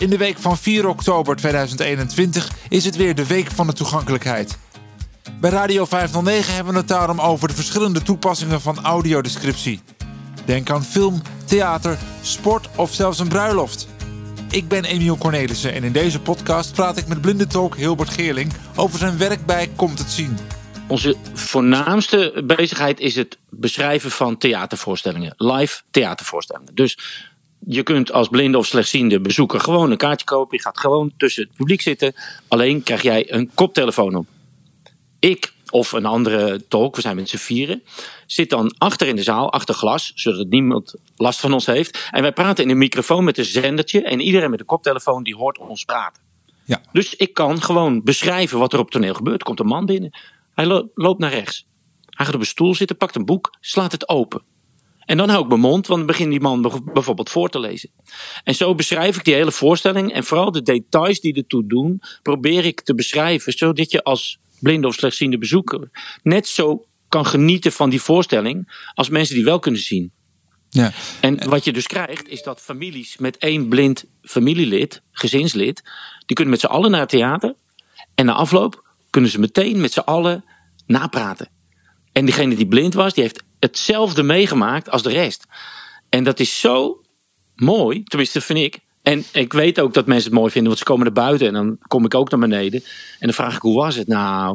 In de week van 4 oktober 2021 is het weer de Week van de Toegankelijkheid. Bij Radio 509 hebben we het daarom over de verschillende toepassingen van audiodescriptie. Denk aan film, theater, sport of zelfs een bruiloft. Ik ben Emiel Cornelissen en in deze podcast praat ik met blindentolk Hilbert Geerling over zijn werk bij Komt het Zien. Onze voornaamste bezigheid is het beschrijven van theatervoorstellingen. Live theatervoorstellingen. Dus je kunt als blinde of slechtziende bezoeker gewoon een kaartje kopen. Je gaat gewoon tussen het publiek zitten. Alleen krijg jij een koptelefoon op. Ik of een andere tolk, we zijn met z'n vieren, zit dan achter in de zaal, achter glas, zodat niemand last van ons heeft. En wij praten in een microfoon met een zendertje. En iedereen met een koptelefoon die hoort ons praten. Ja. Dus ik kan gewoon beschrijven wat er op het toneel gebeurt. Er komt een man binnen. Hij loopt naar rechts. Hij gaat op een stoel zitten, pakt een boek, slaat het open. En dan hou ik mijn mond, want dan begint die man bijvoorbeeld voor te lezen. En zo beschrijf ik die hele voorstelling. En vooral de details die ertoe doen, probeer ik te beschrijven. Zodat je als blinde of slechtziende bezoeker net zo kan genieten van die voorstelling als mensen die wel kunnen zien. Ja. En wat je dus krijgt, is dat families met 1 blind familielid, gezinslid, die kunnen met z'n allen naar het theater. En na afloop kunnen ze meteen met z'n allen napraten. En diegene die blind was, die heeft hetzelfde meegemaakt als de rest. En dat is zo mooi, tenminste dat vind ik. En ik weet ook dat mensen het mooi vinden, want ze komen naar buiten en dan kom ik ook naar beneden. En dan vraag ik, hoe was het nou?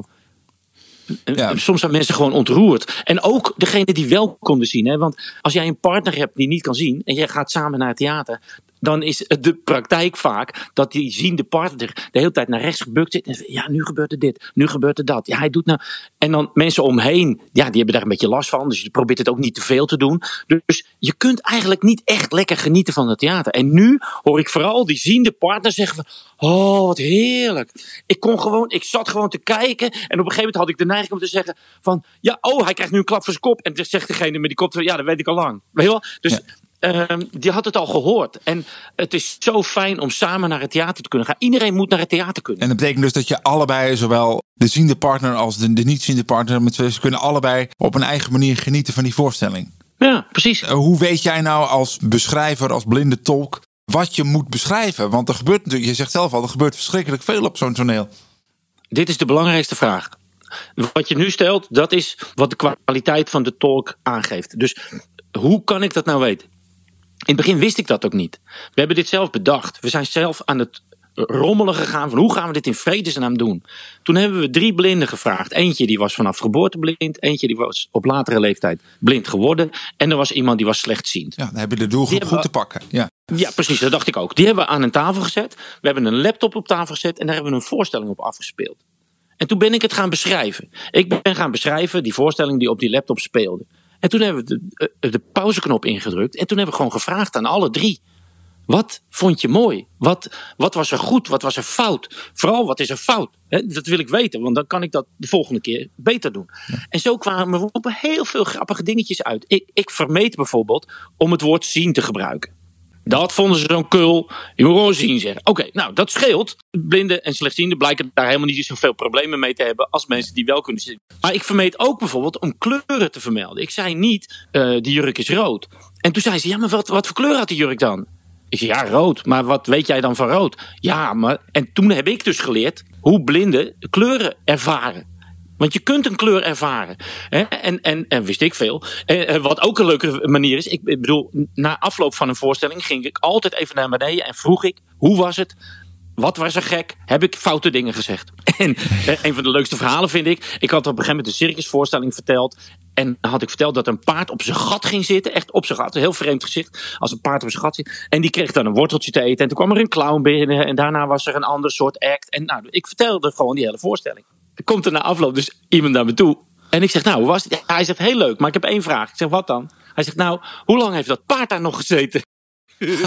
Ja. Soms zijn mensen gewoon ontroerd. En ook degene die wel konden zien. Hè? Want als jij een partner hebt die niet kan zien en jij gaat samen naar het theater, dan is de praktijk vaak dat die ziende partner de hele tijd naar rechts gebukt zit. En ja, nu gebeurt er dit, nu gebeurt er dat. Ja, hij doet nou. En dan mensen omheen, ja, die hebben daar een beetje last van. Dus je probeert het ook niet te veel te doen. Dus je kunt eigenlijk niet echt lekker genieten van het theater. En nu hoor ik vooral die ziende partner zeggen van, oh, wat heerlijk. Ik zat gewoon te kijken. En op een gegeven moment had ik de neiging om te zeggen van, ja, oh, hij krijgt nu een klap voor zijn kop. En dan zegt degene met die kop, ja, dat weet ik al lang. Weet je wel? Dus ja. Die had het al gehoord. En het is zo fijn om samen naar het theater te kunnen gaan. Iedereen moet naar het theater kunnen. En dat betekent dus dat je allebei, zowel de ziende partner als de niet-ziende partner, ze kunnen allebei op een eigen manier genieten van die voorstelling. Ja, precies. Hoe weet jij nou als beschrijver, als blinde tolk, wat je moet beschrijven? Want er gebeurt natuurlijk, je zegt zelf al, er gebeurt verschrikkelijk veel op zo'n toneel. Dit is de belangrijkste vraag. Wat je nu stelt, dat is wat de kwaliteit van de tolk aangeeft. Dus hoe kan ik dat nou weten? In het begin wist ik dat ook niet. We hebben dit zelf bedacht. We zijn zelf aan het rommelen gegaan van hoe gaan we dit in vredesnaam doen. Toen hebben we 3 blinden gevraagd. Eentje die was vanaf geboorte blind. Eentje die was op latere leeftijd blind geworden. En er was iemand die was slechtziend. Ja, dan heb je de doelgroep goed te pakken. Ja, precies, dat dacht ik ook. Die hebben we aan een tafel gezet. We hebben een laptop op tafel gezet. En daar hebben we een voorstelling op afgespeeld. En toen ben ik het gaan beschrijven. Ik ben gaan beschrijven die voorstelling die op die laptop speelde. En toen hebben we de pauzeknop ingedrukt. En toen hebben we gewoon gevraagd aan alle 3. Wat vond je mooi? Wat was er goed? Wat was er fout? Vooral, wat is er fout? Dat wil ik weten, want dan kan ik dat de volgende keer beter doen. Ja. En zo kwamen we op heel veel grappige dingetjes uit. Ik vermeed bijvoorbeeld om het woord zien te gebruiken. Dat vonden ze zo'n kul. Je moet gewoon zien zeggen. Oké, nou dat scheelt. Blinden en slechtzienden blijken daar helemaal niet zoveel problemen mee te hebben als mensen die wel kunnen zien. Maar ik vermeed ook bijvoorbeeld om kleuren te vermelden. Ik zei niet, die jurk is rood. En toen zei ze, ja, maar wat voor kleur had die jurk dan? Ik zei, ja, rood. Maar wat weet jij dan van rood? Ja, maar... En toen heb ik dus geleerd hoe blinden kleuren ervaren. Want je kunt een kleur ervaren. Hè? En wist ik veel. Wat ook een leuke manier is. Ik bedoel, na afloop van een voorstelling ging ik altijd even naar beneden en vroeg ik, hoe was het? Wat was er gek? Heb ik foute dingen gezegd? En een van de leukste verhalen vind ik. Ik had op een gegeven moment een circusvoorstelling verteld. En dan had ik verteld dat een paard op zijn gat ging zitten. Echt op zijn gat. Een heel vreemd gezicht. Als een paard op zijn gat zit. En die kreeg dan een worteltje te eten. En toen kwam er een clown binnen. En daarna was er een ander soort act. En nou, ik vertelde gewoon die hele voorstelling. Er komt er na afloop dus iemand naar me toe. En ik zeg, nou, hoe was het? Hij zegt, heel leuk, maar ik heb 1 vraag. Ik zeg, wat dan? Hij zegt, nou, hoe lang heeft dat paard daar nog gezeten? Dus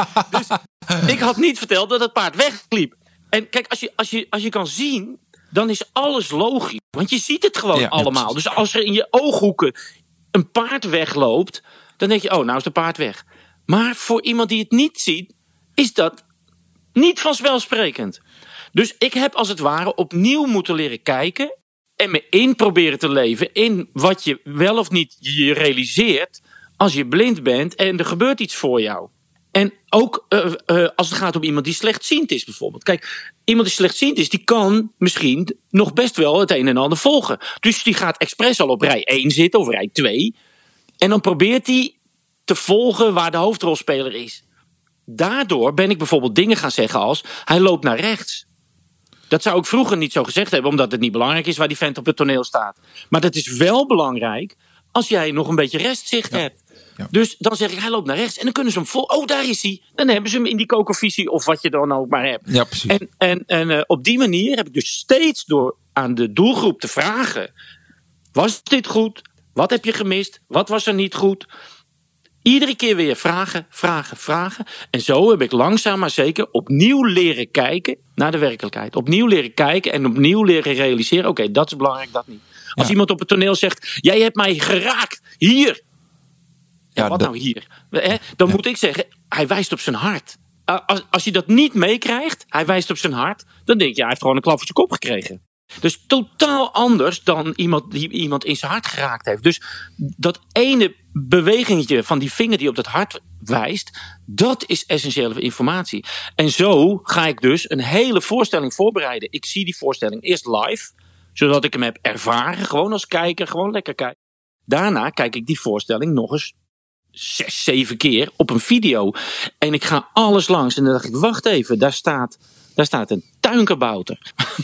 ik had niet verteld dat het paard wegliep. En kijk, als je kan zien, dan is alles logisch. Want je ziet het gewoon allemaal. Ja. Dus als er in je ooghoeken een paard wegloopt, dan denk je, oh, nou is de paard weg. Maar voor iemand die het niet ziet, is dat niet vanzelfsprekend. Dus ik heb als het ware opnieuw moeten leren kijken en me in proberen te leven in wat je wel of niet je realiseert als je blind bent en er gebeurt iets voor jou. En ook als het gaat om iemand die slechtziend is bijvoorbeeld. Kijk, iemand die slechtziend is, die kan misschien nog best wel het een en ander volgen. Dus die gaat expres al op rij 1 zitten of rij 2. En dan probeert hij te volgen waar de hoofdrolspeler is. Daardoor ben ik bijvoorbeeld dingen gaan zeggen als, hij loopt naar rechts. Dat zou ik vroeger niet zo gezegd hebben, omdat het niet belangrijk is waar die vent op het toneel staat. Maar dat is wel belangrijk als jij nog een beetje restzicht hebt. Ja. Dus dan zeg ik, hij loopt naar rechts. En dan kunnen ze hem oh, daar is hij. Dan hebben ze hem in die kokervisie of wat je dan ook maar hebt. Ja, precies. En op die manier heb ik dus steeds door aan de doelgroep te vragen. Was dit goed? Wat heb je gemist? Wat was er niet goed? Iedere keer weer vragen. En zo heb ik langzaam maar zeker opnieuw leren kijken naar de werkelijkheid. Opnieuw leren kijken en opnieuw leren realiseren. Oké, dat is belangrijk, dat niet. Als iemand op het toneel zegt, jij hebt mij geraakt. Hier. Ja, wat nou hier? Dan moet ik zeggen, hij wijst op zijn hart. Als je dat niet meekrijgt, hij wijst op zijn hart. Dan denk je, hij heeft gewoon een klap voor zijn kop gekregen. Dus totaal anders dan iemand die iemand in zijn hart geraakt heeft. Dus dat ene bewegingetje van die vinger die op het hart wijst, dat is essentiële informatie. En zo ga ik dus een hele voorstelling voorbereiden. Ik zie die voorstelling eerst live, zodat ik hem heb ervaren. Gewoon als kijker, gewoon lekker kijken. Daarna kijk ik die voorstelling nog eens 6, 7 keer op een video. En ik ga alles langs. En dan dacht ik, wacht even, daar staat een tuinkabouter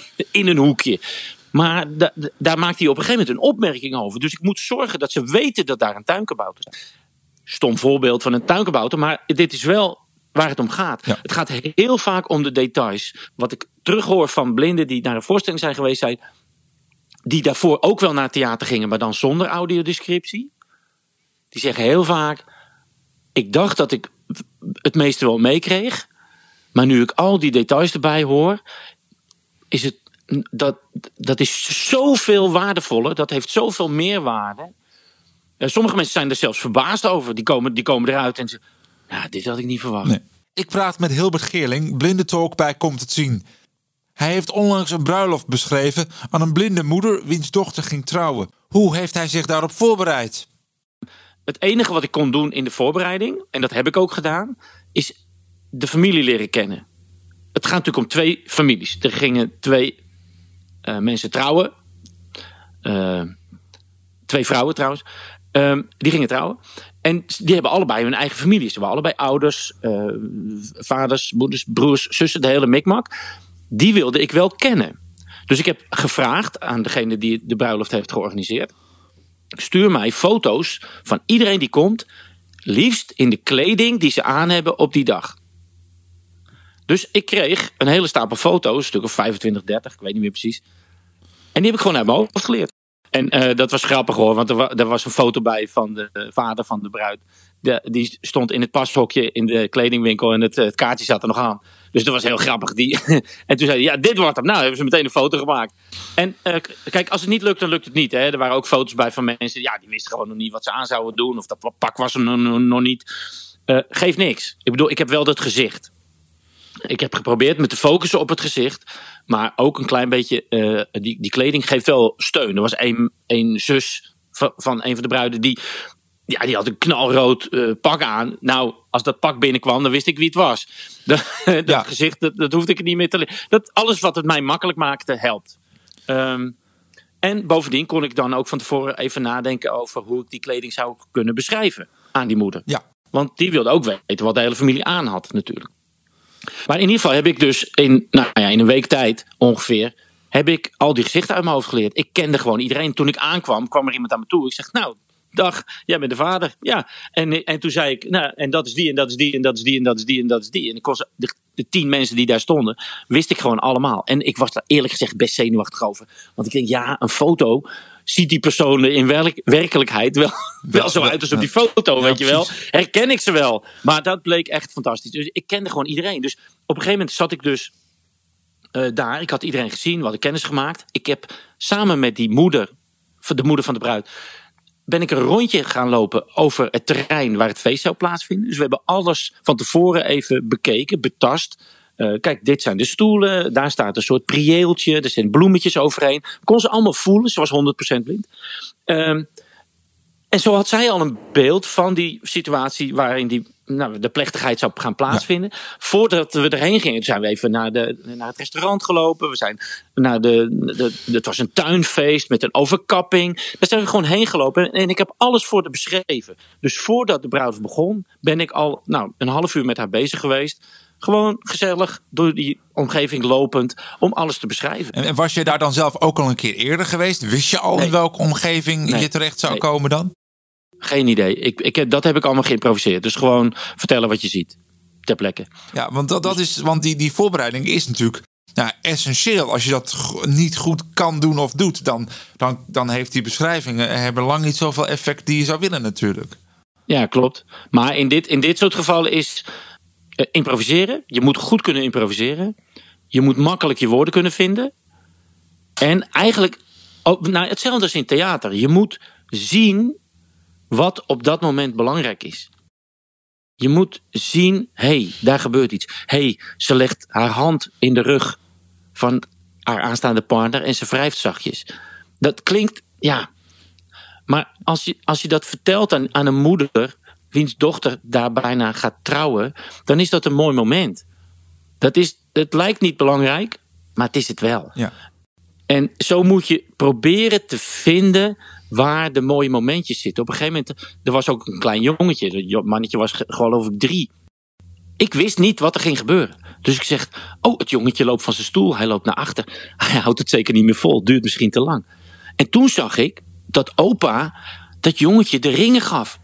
in een hoekje. Maar daar maakt hij op een gegeven moment een opmerking over. Dus ik moet zorgen dat ze weten dat daar een tuinkabouter is. Stom voorbeeld van een tuinkabouter, maar dit is wel waar het om gaat. Ja. Het gaat heel vaak om de details. Wat ik terughoor van blinden die naar een voorstelling zijn geweest zijn, die daarvoor ook wel naar theater gingen, maar dan zonder audiodescriptie. Die zeggen heel vaak, ik dacht dat ik het meeste wel meekreeg, maar nu ik al die details erbij hoor, is het dat is zoveel waardevoller, dat heeft zoveel meerwaarde. Sommige mensen zijn er zelfs verbaasd over. Die komen eruit en zeggen, nou, dit had ik niet verwacht. Nee. Ik praat met Hilbert Geerling, Blindentalk bij Komt het Zien. Hij heeft onlangs een bruiloft beschreven aan een blinde moeder wiens dochter ging trouwen. Hoe heeft hij zich daarop voorbereid? Het enige wat ik kon doen in de voorbereiding, en dat heb ik ook gedaan, is de familie leren kennen. Het gaat natuurlijk om 2 families. Er gingen 2 mensen trouwen. 2 vrouwen trouwens. Die gingen trouwen. En die hebben allebei hun eigen families. Ze waren allebei ouders, vaders, moeders, broers, zussen, de hele mikmak. Die wilde ik wel kennen. Dus ik heb gevraagd aan degene die de bruiloft heeft georganiseerd. Stuur mij foto's van iedereen die komt. Liefst in de kleding die ze aan hebben op die dag. Dus ik kreeg een hele stapel foto's. Een stuk of 25, 30, ik weet niet meer precies. En die heb ik gewoon uit mijn hoofd geleerd. En dat was grappig hoor, want er was een foto bij van de vader van de bruid. Die stond in het pashokje in de kledingwinkel en het kaartje zat er nog aan. Dus dat was heel grappig. En toen zei hij, ja, dit wordt hem. Nou, hebben ze meteen een foto gemaakt. En kijk, als het niet lukt, dan lukt het niet. Hè. Er waren ook foto's bij van mensen, ja, die wisten gewoon nog niet wat ze aan zouden doen. Of dat pak was er nog niet. Geeft niks. Ik bedoel, ik heb wel dat gezicht. Ik heb geprobeerd me te focussen op het gezicht. Maar ook een klein beetje, die kleding geeft wel steun. Er was een zus van een van de bruiden die had een knalrood pak aan. Nou, als dat pak binnenkwam, dan wist ik wie het was. Dat gezicht, dat hoefde ik niet meer te leren. Alles wat het mij makkelijk maakte, helpt. En bovendien kon ik dan ook van tevoren even nadenken over hoe ik die kleding zou kunnen beschrijven aan die moeder. Ja. Want die wilde ook weten wat de hele familie aan had natuurlijk. Maar in ieder geval heb ik dus in een week tijd ongeveer, heb ik al die gezichten uit mijn hoofd geleerd. Ik kende gewoon iedereen. Toen ik aankwam, kwam er iemand aan me toe. Ik zeg, nou, dag, jij bent de vader. Ja. En toen zei ik, nou, en dat is die, en dat is die, en dat is die, en dat is die, en dat is die. En ik kon de 10 mensen die daar stonden, wist ik gewoon allemaal. En ik was daar eerlijk gezegd best zenuwachtig over. Want ik denk, ja, een foto ziet die persoon in werkelijkheid wel zo uit als op die foto, weet je wel. Herken ik ze wel. Maar dat bleek echt fantastisch. Dus ik kende gewoon iedereen. Dus op een gegeven moment zat ik dus daar. Ik had iedereen gezien, we hadden kennis gemaakt. Ik heb samen met die moeder, de moeder van de bruid, ben ik een rondje gaan lopen over het terrein waar het feest zou plaatsvinden. Dus we hebben alles van tevoren even bekeken, betast. Kijk, dit zijn de stoelen. Daar staat een soort prieeltje. Er zijn bloemetjes overheen. Kon ze allemaal voelen. Ze was 100% blind. En zo had zij al een beeld van die situatie waarin die de plechtigheid zou gaan plaatsvinden. Ja. Voordat we erheen gingen, zijn we even naar het restaurant gelopen. We zijn naar het was een tuinfeest met een overkapping. Daar zijn we gewoon heen gelopen. En ik heb alles voor haar beschreven. Dus voordat de bruiloft begon, ben ik al een half uur met haar bezig geweest. Gewoon gezellig door die omgeving lopend om alles te beschrijven. En was je daar dan zelf ook al een keer eerder geweest? Wist je al in welke omgeving je terecht zou komen dan? Geen idee. Dat heb ik allemaal geïmproviseerd. Dus gewoon vertellen wat je ziet. Ter plekke. Ja, want die voorbereiding is natuurlijk essentieel. Als je dat niet goed kan doen of doet, dan heeft die beschrijvingen hebben lang niet zoveel effect die je zou willen natuurlijk. Ja, klopt. Maar in dit soort gevallen is improviseren. Je moet goed kunnen improviseren. Je moet makkelijk je woorden kunnen vinden. En eigenlijk hetzelfde als in theater. Je moet zien wat op dat moment belangrijk is. Je moet zien, daar gebeurt iets. Ze legt haar hand in de rug van haar aanstaande partner en ze wrijft zachtjes. Dat klinkt, maar als je dat vertelt aan een moeder wiens dochter daar bijna gaat trouwen, dan is dat een mooi moment. Het lijkt niet belangrijk, maar het is het wel. Ja. En zo moet je proberen te vinden waar de mooie momentjes zitten. Op een gegeven moment, er was ook een klein jongetje. Dat mannetje was geloof ik 3. Ik wist niet wat er ging gebeuren. Dus ik zeg, het jongetje loopt van zijn stoel. Hij loopt naar achter. Hij houdt het zeker niet meer vol. Het duurt misschien te lang. En toen zag ik dat opa dat jongetje de ringen gaf.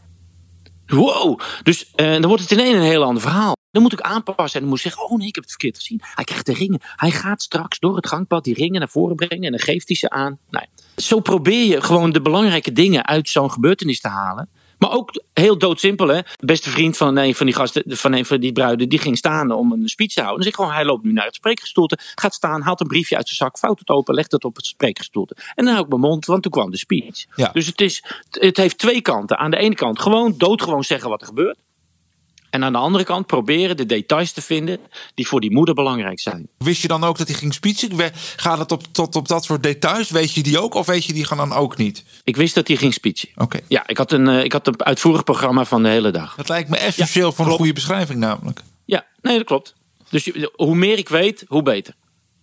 Wow! Dus dan wordt het ineens een heel ander verhaal. Dan moet ik aanpassen en dan moet ik zeggen, ik heb het verkeerd gezien. Hij krijgt de ringen. Hij gaat straks door het gangpad die ringen naar voren brengen en dan geeft hij ze aan. Zo probeer je gewoon de belangrijke dingen uit zo'n gebeurtenis te halen. Maar ook heel doodsimpel, hè. De beste vriend van een van die gasten, van een van die bruiden, die ging staan om een speech te houden. Dan zeg ik gewoon, hij loopt nu naar het spreekgestoelte, gaat staan, haalt een briefje uit zijn zak, vouwt het open, legt het op het spreekgestoelte. En dan hou ik mijn mond, want toen kwam de speech. Ja. Dus het heeft twee kanten. Aan de ene kant doodgewoon zeggen wat er gebeurt. En aan de andere kant proberen de details te vinden die voor die moeder belangrijk zijn. Wist je dan ook dat hij ging speechen? Gaat het tot op dat soort details? Weet je die ook of weet je die gewoon dan ook niet? Ik wist dat hij ging speechen. Okay. Ja, ik had een uitvoerig programma van de hele dag. Dat lijkt me essentieel voor een goede beschrijving namelijk. Ja, nee, dat klopt. Dus hoe meer ik weet, hoe beter.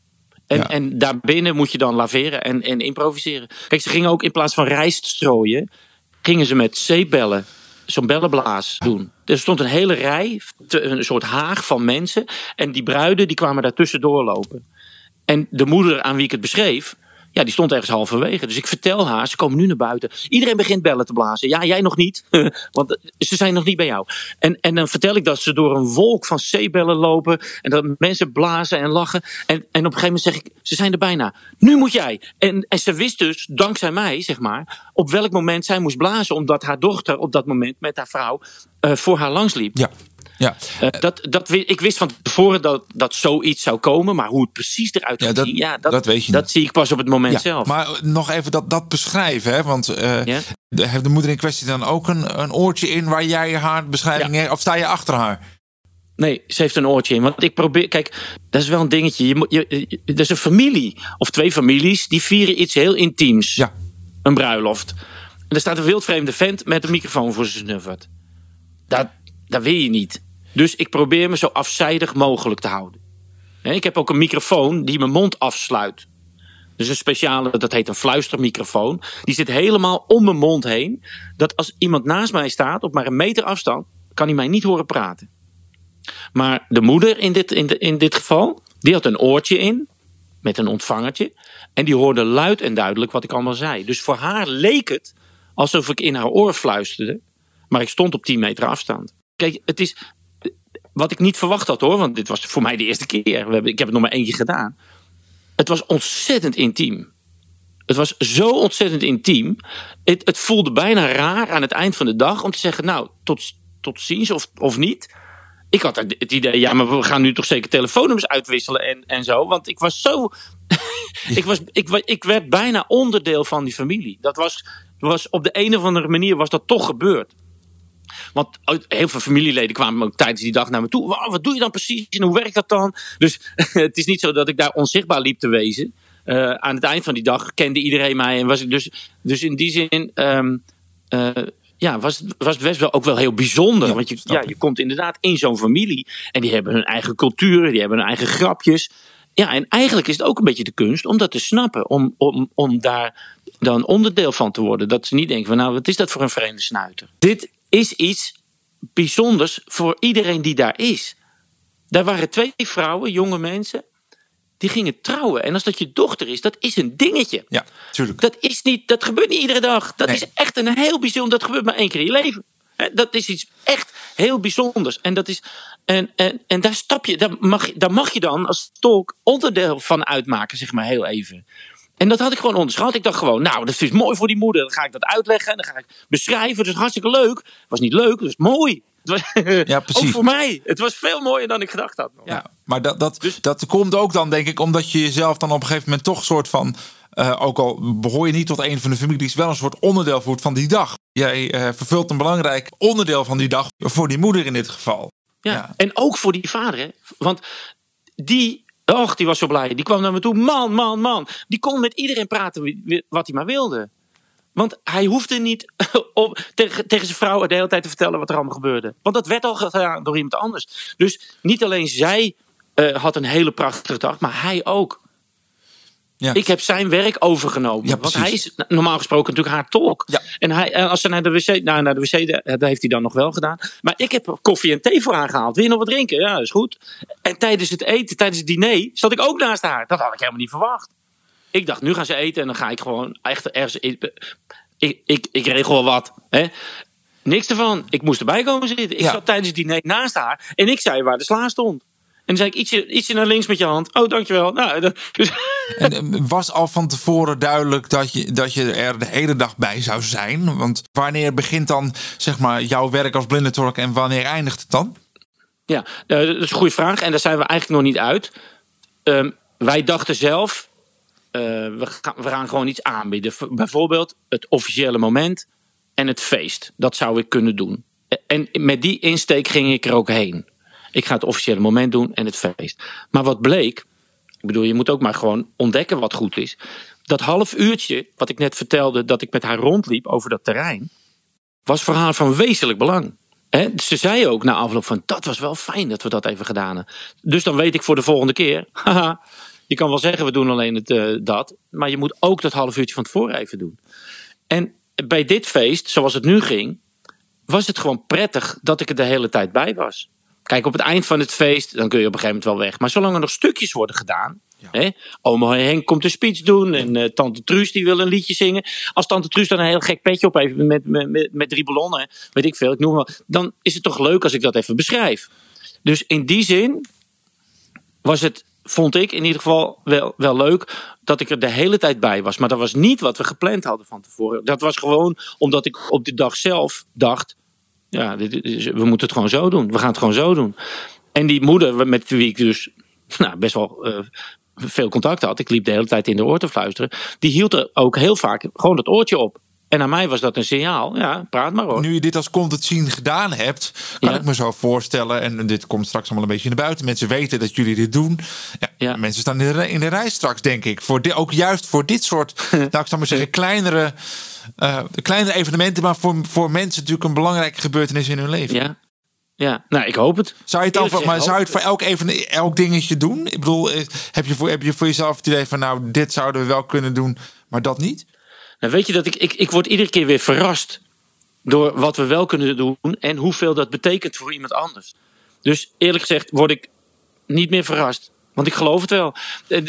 En daarbinnen moet je dan laveren en improviseren. Kijk, ze gingen ook in plaats van rijst strooien, gingen ze met zeepbellen zo'n bellenblaas doen. Er stond een hele rij, een soort haag van mensen. En die bruiden die kwamen daar tussendoor lopen. En de moeder aan wie ik het beschreef, die stond ergens halverwege. Dus ik vertel haar, ze komen nu naar buiten. Iedereen begint bellen te blazen. Ja, jij nog niet. Want ze zijn nog niet bij jou. En dan vertel ik dat ze door een wolk van zeebellen lopen. En dat mensen blazen en lachen. En op een gegeven moment zeg ik, ze zijn er bijna. Nu moet jij. En ze wist dus, dankzij mij, zeg maar, op welk moment zij moest blazen. Omdat haar dochter op dat moment met haar vrouw voor haar langsliep. Ja. Ja. Ik wist van tevoren dat zoiets zou komen, maar hoe het precies eruit gaat zien, dat weet je dat zie ik pas op het moment zelf. Maar nog even dat beschrijven, hè? Want heeft de moeder in kwestie dan ook een oortje in waar jij haar beschrijving hebt, of sta je achter haar? Nee, ze heeft een oortje in. Want ik probeer, kijk, dat is wel een dingetje. Er is een familie of 2 families die vieren iets heel intiems. Ja. Een bruiloft. En er staat een wildvreemde vent met een microfoon voor zijn snuffert. Dat wil je niet. Dus ik probeer me zo afzijdig mogelijk te houden. En ik heb ook een microfoon die mijn mond afsluit. Dus een speciale, dat heet een fluistermicrofoon. Die zit helemaal om mijn mond heen. Dat als iemand naast mij staat, op maar een meter afstand, kan hij mij niet horen praten. Maar de moeder in dit geval, die had een oortje in, met een ontvangertje. En die hoorde luid en duidelijk wat ik allemaal zei. Dus voor haar leek het alsof ik in haar oor fluisterde. Maar ik stond op 10 meter afstand. Kijk, het is wat ik niet verwacht had hoor, want dit was voor mij de eerste keer. Ik heb het nog maar 1 keer gedaan. Het was ontzettend intiem. Het was zo ontzettend intiem. Het voelde bijna raar aan het eind van de dag om te zeggen, tot ziens of niet. Ik had het idee, maar we gaan nu toch zeker telefoonnummers uitwisselen en zo. Want ik was zo... ik werd bijna onderdeel van die familie. Dat was op de een of andere manier was dat toch gebeurd. Want heel veel familieleden kwamen ook tijdens die dag naar me toe. Wow, wat doe je dan precies en hoe werkt dat dan? Dus het is niet zo dat ik daar onzichtbaar liep te wezen. Aan het eind van die dag kende iedereen mij. En was ik dus in die zin was best wel ook wel heel bijzonder. Ja, want je komt inderdaad in zo'n familie. En die hebben hun eigen cultuur. Die hebben hun eigen grapjes. Ja, en eigenlijk is het ook een beetje de kunst om dat te snappen. Om daar dan onderdeel van te worden. Dat ze niet denken van nou, wat is dat voor een vreemde snuiter. Dit is iets bijzonders voor iedereen die daar is. Daar waren 2 vrouwen, jonge mensen. Die gingen trouwen. En als dat je dochter is, dat is een dingetje. Ja, tuurlijk. Dat gebeurt niet iedere dag. Dat is echt een heel bijzonder. Dat gebeurt maar 1 keer in je leven. Dat is iets echt heel bijzonders. En dat is. En daar mag je dan als tolk onderdeel van uitmaken, zeg maar heel even. En dat had ik gewoon onderschat. Ik dacht gewoon, nou, dat is mooi voor die moeder. Dan ga ik dat uitleggen en dan ga ik beschrijven. Dat is hartstikke leuk. Het was niet leuk, het was mooi. Ja, precies. Ook voor mij. Het was veel mooier dan ik gedacht had. Ja, maar dat komt ook dan, denk ik, omdat je jezelf dan op een gegeven moment toch soort van, ook al behoor je niet tot een van de families, wel een soort onderdeel voert van die dag. Jij vervult een belangrijk onderdeel van die dag voor die moeder in dit geval. Ja. En ook voor die vader. Hè? Want die was zo blij. Die kwam naar me toe. Man. Die kon met iedereen praten wat hij maar wilde. Want hij hoefde niet tegen zijn vrouw de hele tijd te vertellen wat er allemaal gebeurde. Want dat werd al gedaan door iemand anders. Dus niet alleen zij had een hele prachtige dag, maar hij ook. Ja. Ik heb zijn werk overgenomen. Ja, want hij is normaal gesproken natuurlijk haar tolk. Ja. En als ze naar de wc... Nou, naar de wc, dat heeft hij dan nog wel gedaan. Maar ik heb koffie en thee voor haar gehaald. Wil je nog wat drinken? Ja, dat is goed. En tijdens het eten, tijdens het diner, zat ik ook naast haar. Dat had ik helemaal niet verwacht. Ik dacht, nu gaan ze eten en dan ga ik gewoon echt ergens... Ik regel wel wat. Hè? Niks ervan. Ik moest erbij komen zitten. Ik zat tijdens het diner naast haar. En ik zei waar de sla stond. En dan zei ik ietsje naar links met je hand. Oh, dankjewel. Nou, En was al van tevoren duidelijk dat je er de hele dag bij zou zijn? Want wanneer begint dan, zeg maar, jouw werk als blindentolk en wanneer eindigt het dan? Ja, dat is een goede vraag. En daar zijn we eigenlijk nog niet uit. Wij dachten zelf, we gaan gewoon iets aanbieden. Bijvoorbeeld het officiële moment en het feest. Dat zou ik kunnen doen. En met die insteek ging ik er ook heen. Ik ga het officiële moment doen en het feest. Maar wat bleek, ik bedoel, je moet ook maar gewoon ontdekken wat goed is. Dat half uurtje, wat ik net vertelde, dat ik met haar rondliep over dat terrein, was voor haar van wezenlijk belang. Ze zei ook na afloop van, dat was wel fijn dat we dat even gedaan hebben. Dus dan weet ik voor de volgende keer, haha, je kan wel zeggen we doen alleen dat, maar je moet ook dat half uurtje van tevoren even doen. En bij dit feest, zoals het nu ging, was het gewoon prettig dat ik er de hele tijd bij was. Kijk, op het eind van het feest, dan kun je op een gegeven moment wel weg. Maar zolang er nog stukjes worden gedaan. Ja. Oma Henk komt een speech doen. En tante Truus die wil een liedje zingen. Als tante Truus dan een heel gek petje op heeft met 3 ballonnen. Weet ik veel, ik noem maar. Dan is het toch leuk als ik dat even beschrijf. Dus in die zin was het, vond ik in ieder geval wel leuk dat ik er de hele tijd bij was. Maar dat was niet wat we gepland hadden van tevoren. Dat was gewoon omdat ik op de dag zelf dacht, ja, we moeten het gewoon zo doen. We gaan het gewoon zo doen. En die moeder, met wie ik dus best wel veel contact had. Ik liep de hele tijd in de oor te fluisteren. Die hield er ook heel vaak gewoon dat oortje op. En aan mij was dat een signaal. Ja, praat maar hoor. Nu je dit als content zien gedaan hebt, kan ik me zo voorstellen. En dit komt straks allemaal een beetje naar buiten. Mensen weten dat jullie dit doen. Ja. Mensen staan in de rij straks, denk ik. Ook juist voor dit soort, nou, ik zou maar zeggen, kleinere evenementen. Maar voor mensen natuurlijk een belangrijke gebeurtenis in hun leven. Ja, nou, ik hoop het. Zou je het voor elk dingetje doen? Ik bedoel, heb je voor jezelf het idee van, nou, dit zouden we wel kunnen doen, maar dat niet? Nou, weet je dat ik word iedere keer weer verrast door wat we wel kunnen doen en hoeveel dat betekent voor iemand anders. Dus eerlijk gezegd word ik niet meer verrast, want ik geloof het wel.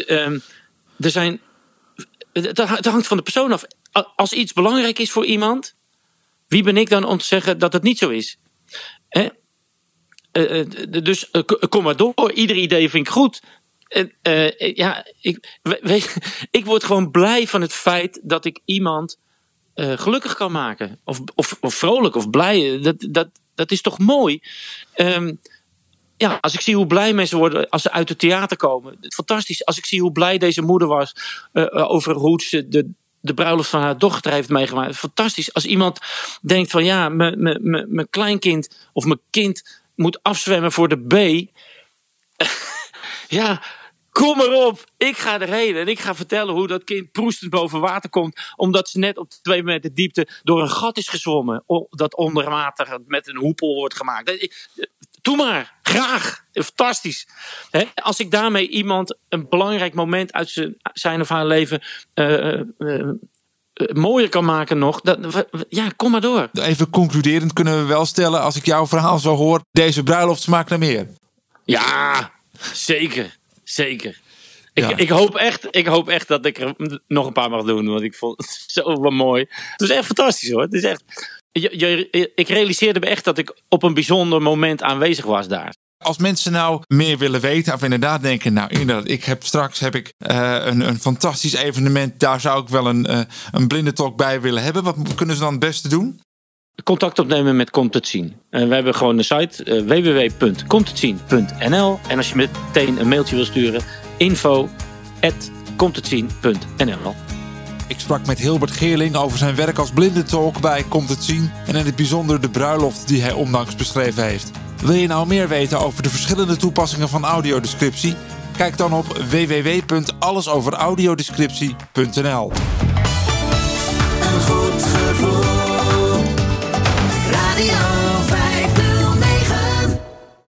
Het hangt van de persoon af. Als iets belangrijk is voor iemand, wie ben ik dan om te zeggen dat het niet zo is? Dus kom maar door. Ieder idee vind ik goed. Ik word gewoon blij van het feit dat ik iemand gelukkig kan maken. Of vrolijk of blij. Dat is toch mooi. Als ik zie hoe blij mensen worden als ze uit het theater komen. Fantastisch. Als ik zie hoe blij deze moeder was over hoe ze de bruiloft van haar dochter heeft meegemaakt. Fantastisch. Als iemand denkt van ja, mijn kleinkind of mijn kind moet afzwemmen voor de B. Ja, Kom maar op, ik ga erheen en ik ga vertellen hoe dat kind proestend boven water komt. Omdat ze net op 2 meter diepte door een gat is gezwommen. Dat onder water met een hoepel wordt gemaakt. Doe maar, graag. Fantastisch. Als ik daarmee iemand een belangrijk moment uit zijn of haar leven mooier kan maken nog. Kom maar door. Even concluderend kunnen we wel stellen, als ik jouw verhaal zo hoor, deze bruiloft smaakt naar meer. Ja, zeker. Zeker. Ja. Ik hoop echt dat ik er nog een paar mag doen. Want ik vond het zo wel mooi. Het is echt fantastisch hoor. Het is echt... Ik realiseerde me echt dat ik op een bijzonder moment aanwezig was daar. Als mensen nou meer willen weten of inderdaad denken, nou inderdaad, straks heb ik een fantastisch evenement, daar zou ik wel een blindentalk bij willen hebben. Wat kunnen ze dan het beste doen? Contact opnemen met Komt het Zien. We hebben gewoon een site www.komthetzien.nl en als je meteen een mailtje wil sturen, info@komthetzien.nl. Ik sprak met Hilbert Geerling over zijn werk als blindentalk bij Komt het Zien en in het bijzonder de bruiloft die hij onlangs beschreven heeft. Wil je nou meer weten over de verschillende toepassingen van audiodescriptie? Kijk dan op www.allesoveraudiodescriptie.nl. Een goed